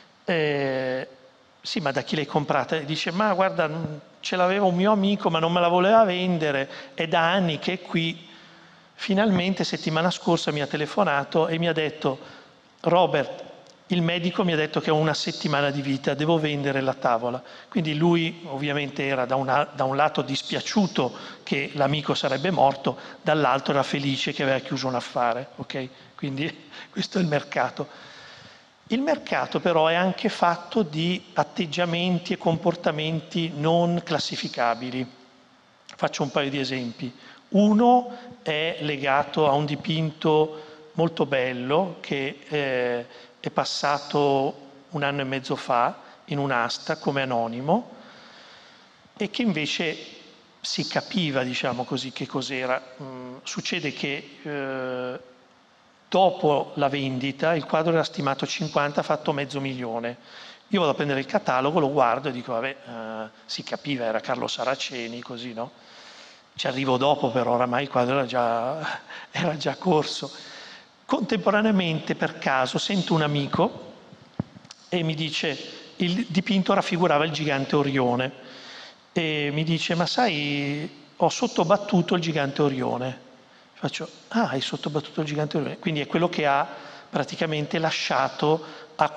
B: Sì, ma da chi l'hai comprata? E dice, ma guarda, ce l'aveva un mio amico, ma non me la voleva vendere, è da anni che è qui. Finalmente, settimana scorsa mi ha telefonato e mi ha detto, Robert, il medico mi ha detto che ho una settimana di vita, devo vendere la tavola. Quindi lui ovviamente era da un lato dispiaciuto che l'amico sarebbe morto, dall'altro era felice che aveva chiuso un affare. Okay? Quindi questo è il mercato. Il mercato però è anche fatto di atteggiamenti e comportamenti non classificabili. Faccio un paio di esempi. Uno è legato a un dipinto molto bello che è passato 1 anno e mezzo fa in un'asta come anonimo e che invece si capiva, diciamo così, che cos'era. Succede che dopo la vendita il quadro era stimato 50, ha fatto $500.000. Io vado a prendere il catalogo, lo guardo e dico, vabbè, si capiva, era Carlo Saraceni, così, no? Ci arrivo dopo, però oramai il quadro era già corso. Contemporaneamente, per caso, sento un amico e mi dice, il dipinto raffigurava il gigante Orione, e mi dice, ma sai, ho sottobattuto il gigante Orione. Faccio, hai sottobattuto il gigante Orione? Quindi è quello che ha praticamente lasciato a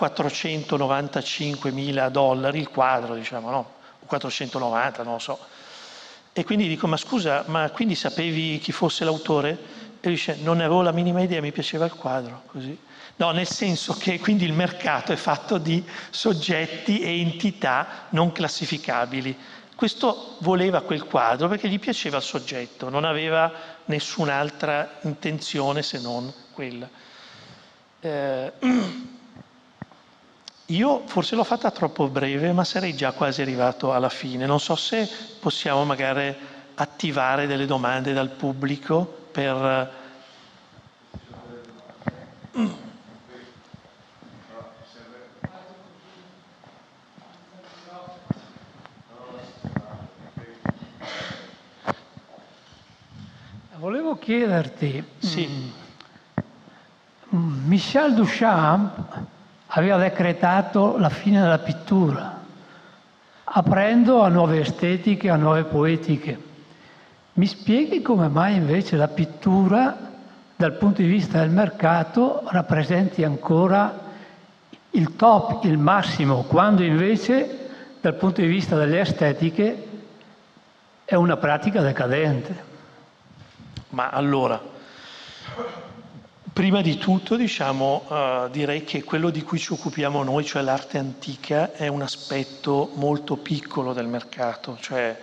B: $495.000 il quadro, diciamo, no? O 490, non lo so. E quindi dico, ma scusa, ma quindi sapevi chi fosse l'autore? E dice, non ne avevo la minima idea, mi piaceva il quadro, così. No, nel senso che quindi il mercato è fatto di soggetti e entità non classificabili. Questo voleva quel quadro perché gli piaceva il soggetto, non aveva nessun'altra intenzione se non quella. Io forse l'ho fatta troppo breve, ma sarei già quasi arrivato alla fine. Non so se possiamo magari attivare delle domande dal pubblico per...
C: Volevo chiederti,
B: Sì.
C: Michel Duchamp aveva decretato la fine della pittura, aprendo a nuove estetiche, a nuove poetiche. Mi spieghi come mai invece la pittura, dal punto di vista del mercato, rappresenti ancora il top, il massimo, quando invece, dal punto di vista delle estetiche, è una pratica decadente?
B: Ma allora, prima di tutto, diciamo, direi che quello di cui ci occupiamo noi, cioè l'arte antica, è un aspetto molto piccolo del mercato, cioè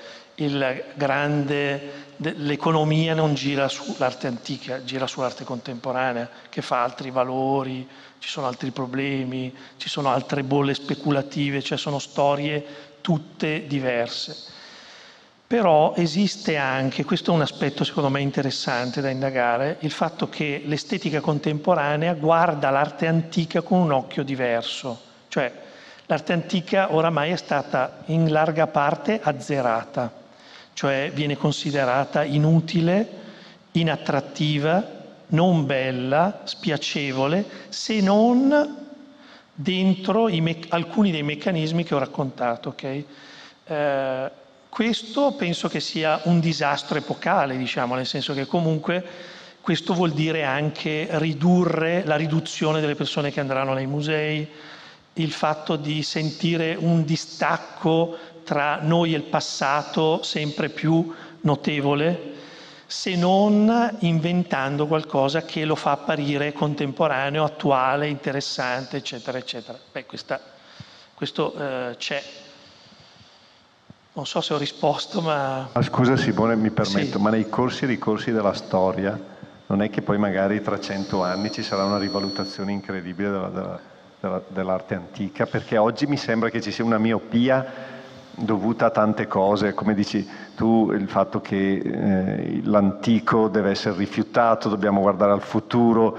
B: l'economia non gira sull'arte antica, gira sull'arte contemporanea, che fa altri valori, ci sono altri problemi, ci sono altre bolle speculative, cioè sono storie tutte diverse. Però esiste anche, questo è un aspetto secondo me interessante da indagare, il fatto che l'estetica contemporanea guarda l'arte antica con un occhio diverso. Cioè l'arte antica oramai è stata in larga parte azzerata, cioè viene considerata inutile, inattrattiva, non bella, spiacevole, se non dentro alcuni dei meccanismi che ho raccontato. Okay? Questo penso che sia un disastro epocale, diciamo, nel senso che comunque questo vuol dire anche ridurre la riduzione delle persone che andranno nei musei, il fatto di sentire un distacco tra noi e il passato sempre più notevole, se non inventando qualcosa che lo fa apparire contemporaneo, attuale, interessante, eccetera, eccetera. Beh, questo c'è. Non so se ho risposto, ma...
E: Scusa Simone, mi permetto,
B: Sì.
E: ma nei corsi e ricorsi della storia non è che poi magari tra 100 anni ci sarà una rivalutazione incredibile dell'arte antica? Perché oggi mi sembra che ci sia una miopia dovuta a tante cose, come dici tu, il fatto che l'antico deve essere rifiutato, dobbiamo guardare al futuro,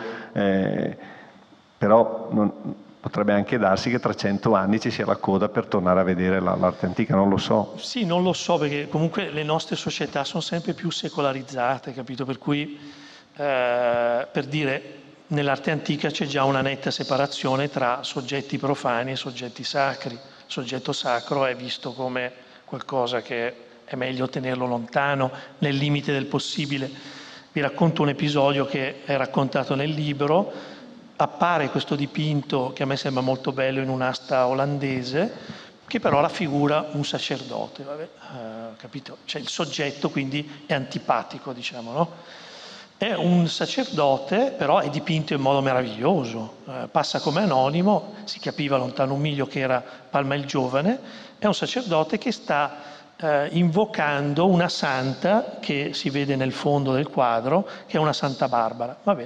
E: però potrebbe anche darsi che tra 100 anni ci sia la coda per tornare a vedere l'arte antica, non lo so.
B: Sì, non lo so, perché comunque le nostre società sono sempre più secolarizzate, capito? Per cui, per dire, nell'arte antica c'è già una netta separazione tra soggetti profani e soggetti sacri. Il soggetto sacro è visto come qualcosa che è meglio tenerlo lontano, nel limite del possibile. Vi racconto un episodio che è raccontato nel libro. Appare questo dipinto che a me sembra molto bello in un'asta olandese, che però raffigura un sacerdote, capito? Cioè il soggetto quindi è antipatico, diciamo, no? È un sacerdote, però è dipinto in modo meraviglioso, passa come anonimo, si capiva lontano un miglio che era Palma il Giovane, è un sacerdote che sta invocando una santa che si vede nel fondo del quadro, che è una Santa Barbara. Vabbè.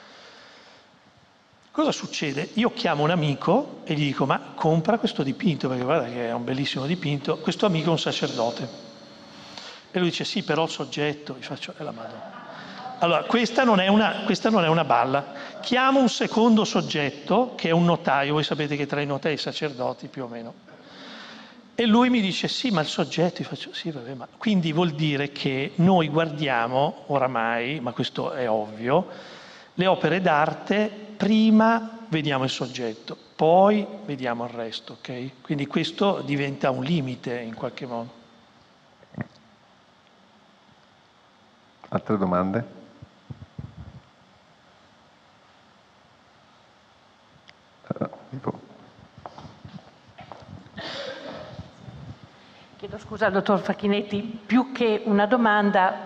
B: Cosa succede? Io chiamo un amico e gli dico: ma compra questo dipinto, perché guarda che è un bellissimo dipinto. Questo amico è un sacerdote. E lui dice: sì, però il soggetto. Gli faccio: la Madonna. Allora, questa non è una balla. Chiamo un secondo soggetto, che è un notaio. Voi sapete che tra i notai e i sacerdoti, più o meno. E lui mi dice: sì, ma il soggetto. Gli faccio: sì, vabbè, ma... Quindi vuol dire che noi guardiamo, oramai, ma questo è ovvio, le opere d'arte, prima vediamo il soggetto, poi vediamo il resto, ok? Quindi questo diventa un limite in qualche modo.
E: Altre domande?
F: Chiedo scusa al dottor Facchinetti, più che una domanda,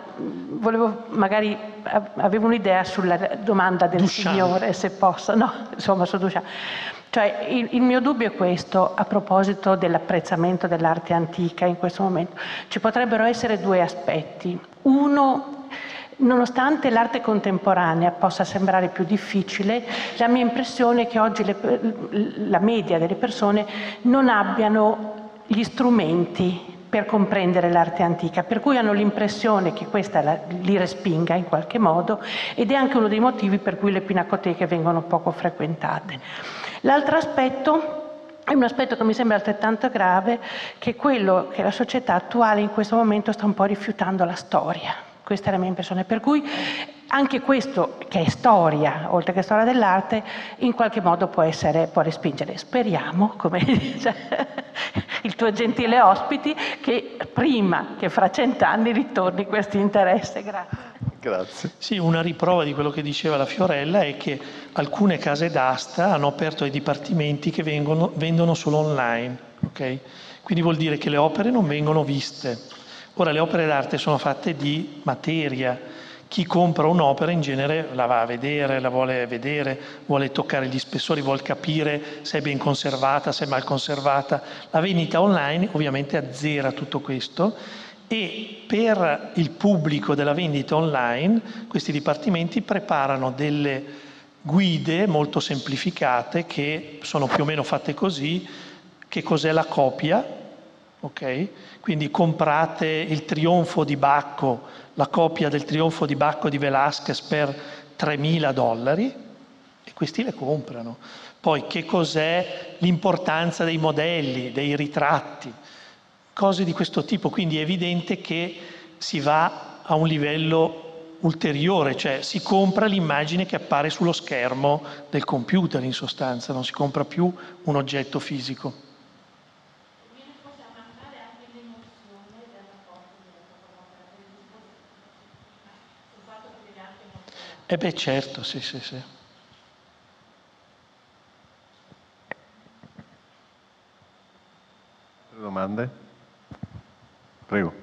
F: avevo un'idea sulla domanda del
B: Duchamp.
F: signore, se posso, no, insomma su Duchamp. Cioè il mio dubbio è questo, a proposito dell'apprezzamento dell'arte antica in questo momento. Ci potrebbero essere due aspetti. Uno, nonostante l'arte contemporanea possa sembrare più difficile, la mia impressione è che oggi la media delle persone non abbiano gli strumenti per comprendere l'arte antica, per cui hanno l'impressione che questa li respinga in qualche modo, ed è anche uno dei motivi per cui le pinacoteche vengono poco frequentate. L'altro aspetto è un aspetto che mi sembra altrettanto grave, che è quello che la società attuale in questo momento sta un po' rifiutando la storia. Questa è la mia impressione, per cui anche questo, che è storia, oltre che storia dell'arte, in qualche modo può respingere. Speriamo, come dice il tuo gentile ospiti, che prima che fra 100 anni ritorni questo interesse. Grazie.
E: Grazie.
B: Sì, una riprova di quello che diceva la Fiorella è che alcune case d'asta hanno aperto dei dipartimenti che vendono solo online, ok? Quindi vuol dire che le opere non vengono viste. Ora, le opere d'arte sono fatte di materia. Chi compra un'opera in genere la va a vedere, la vuole vedere, vuole toccare gli spessori, vuole capire se è ben conservata, se è mal conservata. La vendita online ovviamente azzera tutto questo, e per il pubblico della vendita online questi dipartimenti preparano delle guide molto semplificate che sono più o meno fatte così. Che cos'è la copia? Ok? Quindi comprate il Trionfo di Bacco, la copia del Trionfo di Bacco di Velázquez per $3.000 e questi le comprano. Poi che cos'è l'importanza dei modelli, dei ritratti, cose di questo tipo. Quindi è evidente che si va a un livello ulteriore, cioè si compra l'immagine che appare sullo schermo del computer, in sostanza, non si compra più un oggetto fisico. Eh beh, certo, sì.
E: Domande? Prego.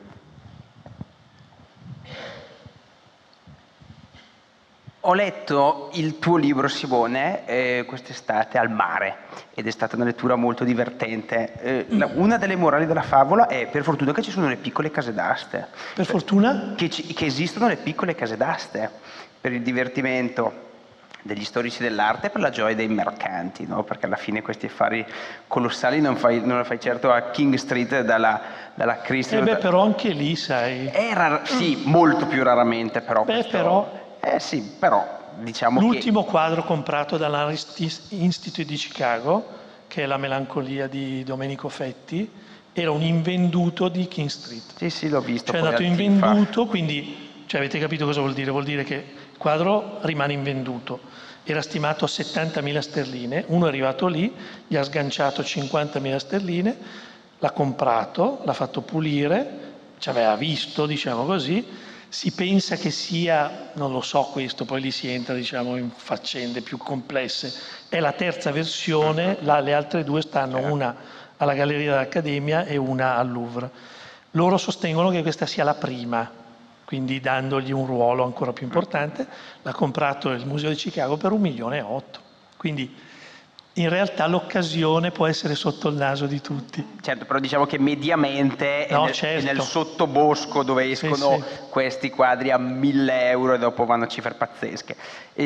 G: Ho letto il tuo libro, Simone, quest'estate al mare, ed è stata una lettura molto divertente. Una delle morali della favola è, per fortuna, che ci sono le piccole case d'aste.
B: Per fortuna?
G: Che esistono le piccole case d'aste per il divertimento degli storici dell'arte e per la gioia dei mercanti, no? Perché alla fine questi affari colossali non lo fai certo a King Street dalla Christie.
B: Però anche lì, sai...
G: Sì, molto più raramente, però. Sì, però diciamo
B: l'ultimo quadro comprato dall'Art Institute di Chicago, che è La melancolia di Domenico Fetti, era un invenduto di King Street.
G: Sì, l'ho visto.
B: Cioè è andato invenduto, quindi avete capito cosa vuol dire? Vuol dire che il quadro rimane invenduto. Era stimato 70.000 sterline, uno è arrivato lì, gli ha sganciato 50.000 sterline, l'ha comprato, l'ha fatto pulire, ci aveva visto, diciamo così. Si pensa che sia, non lo so questo, poi lì si entra diciamo in faccende più complesse, è la terza versione, le altre due stanno una alla Galleria dell'Accademia e una al Louvre. Loro sostengono che questa sia la prima, quindi dandogli un ruolo ancora più importante, l'ha comprato il Museo di Chicago per 1,8 milioni. Quindi in realtà l'occasione può essere sotto il naso di tutti.
G: Certo, però diciamo che mediamente è nel sottobosco dove escono questi quadri a 1.000 euro e dopo vanno a cifre pazzesche.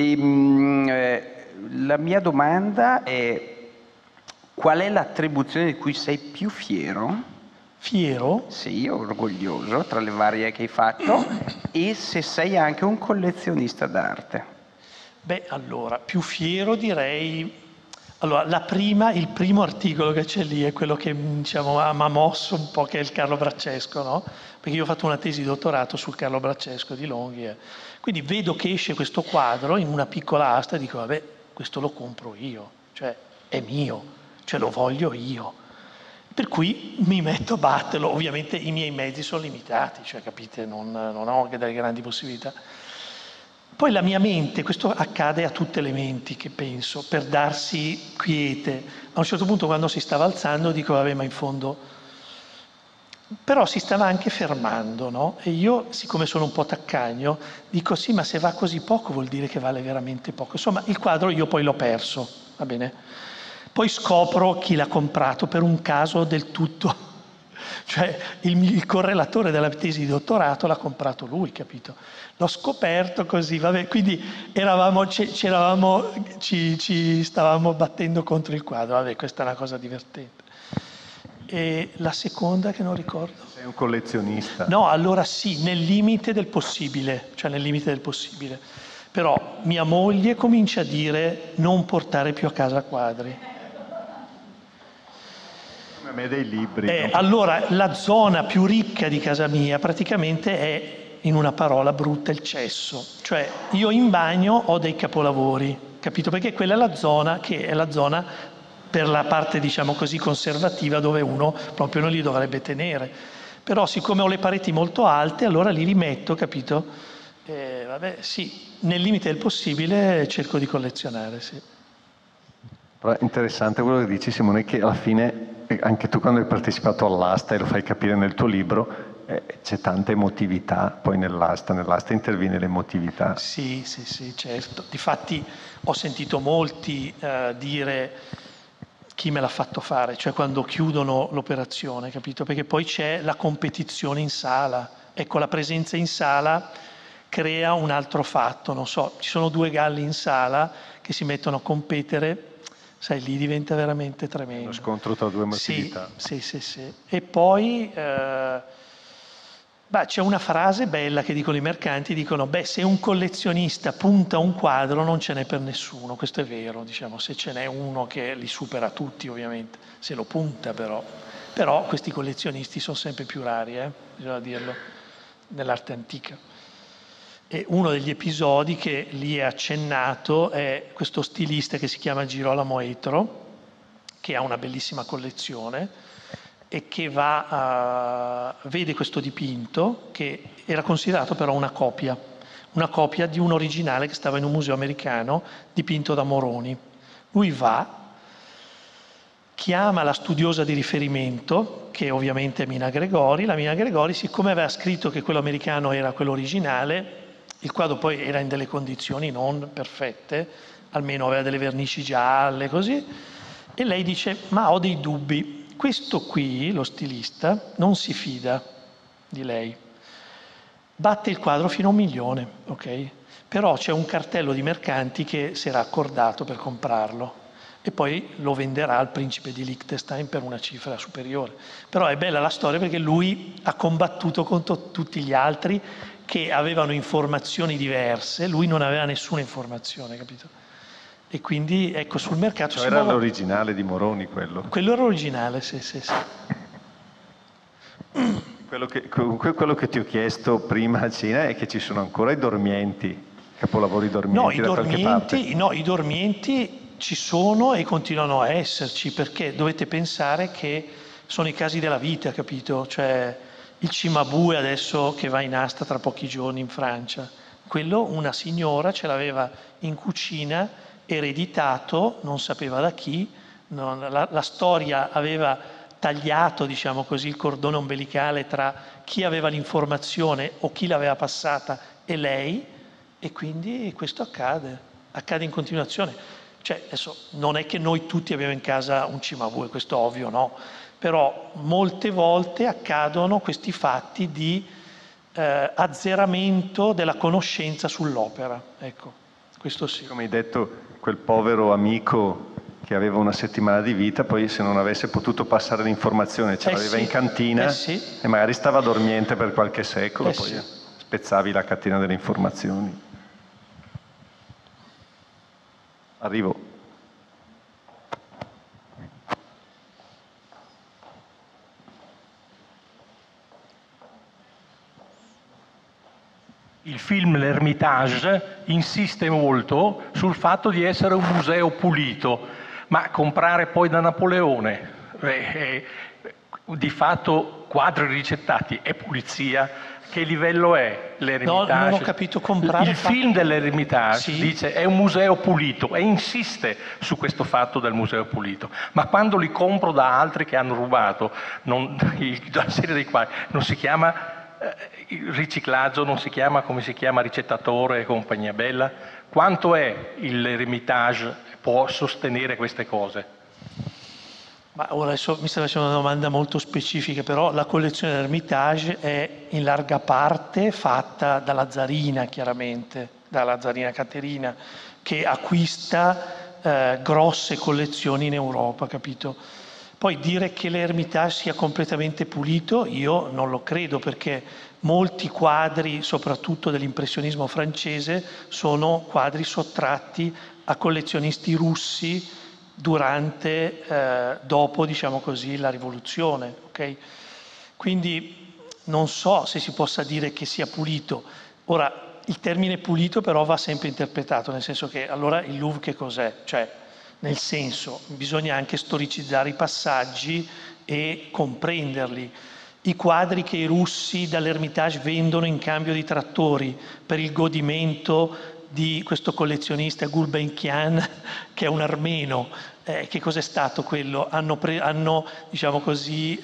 G: La mia domanda è: qual è l'attribuzione di cui sei più fiero?
B: Fiero?
G: Sì, orgoglioso tra le varie che hai fatto, e se sei anche un collezionista d'arte.
B: Beh, allora, più fiero direi... Allora, il primo articolo che c'è lì è quello che diciamo mi ha mosso un po', che è il Carlo Braccesco, no? Perché io ho fatto una tesi di dottorato sul Carlo Braccesco di Longhi. Quindi vedo che esce questo quadro in una piccola asta e dico, vabbè, questo lo compro io, cioè è mio, cioè lo voglio io. Per cui mi metto a batterlo. Ovviamente i miei mezzi sono limitati, cioè capite, non ho delle grandi possibilità. Poi la mia mente, questo accade a tutte le menti che penso, per darsi quiete. A un certo punto quando si stava alzando dico, vabbè, ma in fondo... Però si stava anche fermando, no? E io, siccome sono un po' taccagno, dico sì, ma se va così poco vuol dire che vale veramente poco. Insomma, il quadro io poi l'ho perso, va bene? Poi scopro chi l'ha comprato per un caso del tutto... Cioè il correlatore della tesi di dottorato l'ha comprato lui, capito? L'ho scoperto così, vabbè, quindi ci stavamo battendo contro il quadro, vabbè, questa è una cosa divertente. E la seconda che non ricordo.
E: Sei un collezionista?
B: No, allora sì, nel limite del possibile, cioè nel limite del possibile. Però mia moglie comincia a dire non portare più a casa quadri.
E: A me dei libri.
B: Allora, la zona più ricca di casa mia praticamente è, in una parola brutta, il cesso. Cioè io in bagno ho dei capolavori, capito? Perché quella è la zona che è la zona per la parte, diciamo così, conservativa, dove uno proprio non li dovrebbe tenere. Però siccome ho le pareti molto alte, allora li rimetto, capito? Vabbè, sì, nel limite del possibile cerco di collezionare, sì.
E: Però è interessante quello che dici, Simone, che alla fine anche tu quando hai partecipato all'asta, e lo fai capire nel tuo libro, c'è tanta emotività poi nell'asta interviene l'emotività.
B: Sì, certo. Difatti ho sentito molti dire chi me l'ha fatto fare, cioè quando chiudono l'operazione, capito? Perché poi c'è la competizione in sala. Ecco, la presenza in sala crea un altro fatto, non so, ci sono due galli in sala che si mettono a competere, sai, lì diventa veramente tremendo.
E: Uno scontro tra due emotività.
B: Sì. E poi c'è una frase bella che dicono i mercanti, dicono, se un collezionista punta un quadro non ce n'è per nessuno. Questo è vero, diciamo, se ce n'è uno che li supera tutti ovviamente, se lo punta però questi collezionisti sono sempre più rari, bisogna dirlo, nell'arte antica. E uno degli episodi che lì è accennato è questo stilista che si chiama Girolamo Etro, che ha una bellissima collezione e che vede questo dipinto, che era considerato però una copia una copia di un originale che stava in un museo americano dipinto da Moroni. Lui va, chiama la studiosa di riferimento, che ovviamente è Mina Gregori. La Mina Gregori, siccome aveva scritto che quello americano era quello originale, il quadro poi era in delle condizioni non perfette, almeno aveva delle vernici gialle, così, e lei dice: ma ho dei dubbi, questo qui, lo stilista, non si fida di lei. Batte il quadro fino a 1 milione, ok? Però c'è un cartello di mercanti che si era accordato per comprarlo e poi lo venderà al principe di Liechtenstein per una cifra superiore. Però è bella la storia perché lui ha combattuto contro tutti gli altri che avevano informazioni diverse, lui non aveva nessuna informazione, capito? E quindi ecco, sul mercato
E: cioè era l'originale di Moroni quello?
B: Quello era l'originale, sì.
E: Comunque quello che ti ho chiesto prima a cena è che ci sono ancora i dormienti, capolavori dormienti da qualche parte.
B: No, i dormienti ci sono e continuano a esserci, perché dovete pensare che sono i casi della vita, capito? Cioè il Cimabue adesso che va in asta tra pochi giorni in Francia, quello una signora ce l'aveva in cucina, ereditato, non sapeva da chi, la storia aveva tagliato, diciamo così, il cordone ombelicale tra chi aveva l'informazione o chi l'aveva passata e lei, e quindi questo accade in continuazione. Cioè, adesso non è che noi tutti abbiamo in casa un Cimabue, questo è ovvio, no? Però molte volte accadono questi fatti di azzeramento della conoscenza sull'opera, ecco, questo sì.
E: Come hai detto, quel povero amico che aveva 1 settimana di vita, poi se non avesse potuto passare l'informazione ce l'aveva in cantina e magari stava dormiente per qualche secolo, poi spezzavi la catena delle informazioni. Arrivo.
H: Il film L'Ermitage insiste molto sul fatto di essere un museo pulito, ma comprare poi da Napoleone, di fatto quadri ricettati, è pulizia? Che livello è l'Ermitage?
B: No, non ho capito, comprare.
H: Il film dell'Ermitage dice è un museo pulito e insiste su questo fatto del museo pulito, ma quando li compro da altri che hanno rubato la serie dei quadri, non si chiama riciclaggio, non si chiama come si chiama ricettatore e compagnia bella? Quanto è l'Ermitage può sostenere queste cose?
B: Ma ora adesso mi stai facendo una domanda molto specifica, però la collezione dell'Ermitage è in larga parte fatta dalla zarina, chiaramente, dalla zarina Caterina, che acquista grosse collezioni in Europa, capito? Poi dire che l'Ermitage sia completamente pulito, io non lo credo, perché molti quadri, soprattutto dell'impressionismo francese, sono quadri sottratti a collezionisti russi dopo, diciamo così, la rivoluzione. Okay? Quindi non so se si possa dire che sia pulito. Ora, il termine pulito però va sempre interpretato, nel senso che allora il Louvre che cos'è? Cioè, nel senso, bisogna anche storicizzare i passaggi e comprenderli. I quadri che i russi dall'Ermitage vendono in cambio di trattori per il godimento di questo collezionista Gulbenkian, che è un armeno. Che cos'è stato quello? Hanno diciamo così,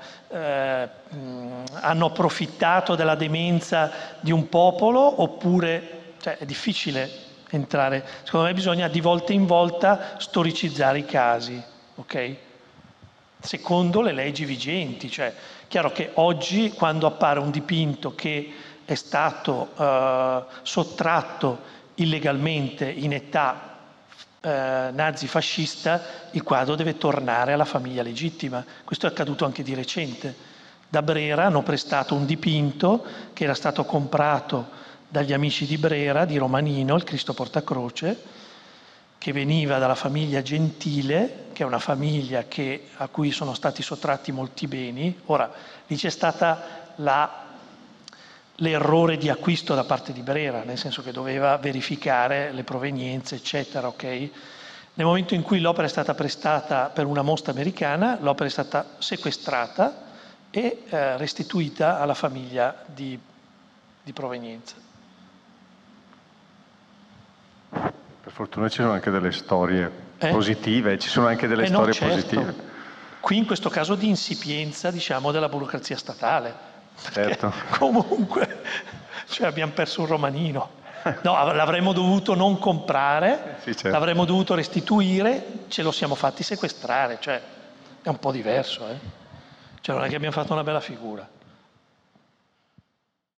B: hanno approfittato della demenza di un popolo, oppure è difficile entrare. Secondo me bisogna di volta in volta storicizzare i casi, ok? Secondo le leggi vigenti. Cioè, chiaro che oggi, quando appare un dipinto che è stato sottratto illegalmente in età nazifascista, il quadro deve tornare alla famiglia legittima. Questo è accaduto anche di recente. Da Brera hanno prestato un dipinto che era stato comprato dagli amici di Brera, di Romanino, il Cristo Portacroce, che veniva dalla famiglia Gentile, che è una famiglia a cui sono stati sottratti molti beni. Ora, lì c'è stata l'errore di acquisto da parte di Brera, nel senso che doveva verificare le provenienze, eccetera, ok? Nel momento in cui l'opera è stata prestata per una mostra americana, l'opera è stata sequestrata e restituita alla famiglia di provenienza.
E: Per fortuna ci sono anche delle storie positive, ci sono anche delle storie positive.
B: Qui in questo caso di insipienza, diciamo, della burocrazia statale.
E: Certo.
B: Comunque, cioè abbiamo perso un romanino. No, l'avremmo dovuto non comprare,
E: sì, certo.
B: L'avremmo dovuto restituire, ce lo siamo fatti sequestrare, cioè è un po' diverso, Cioè non è che abbiamo fatto una bella figura.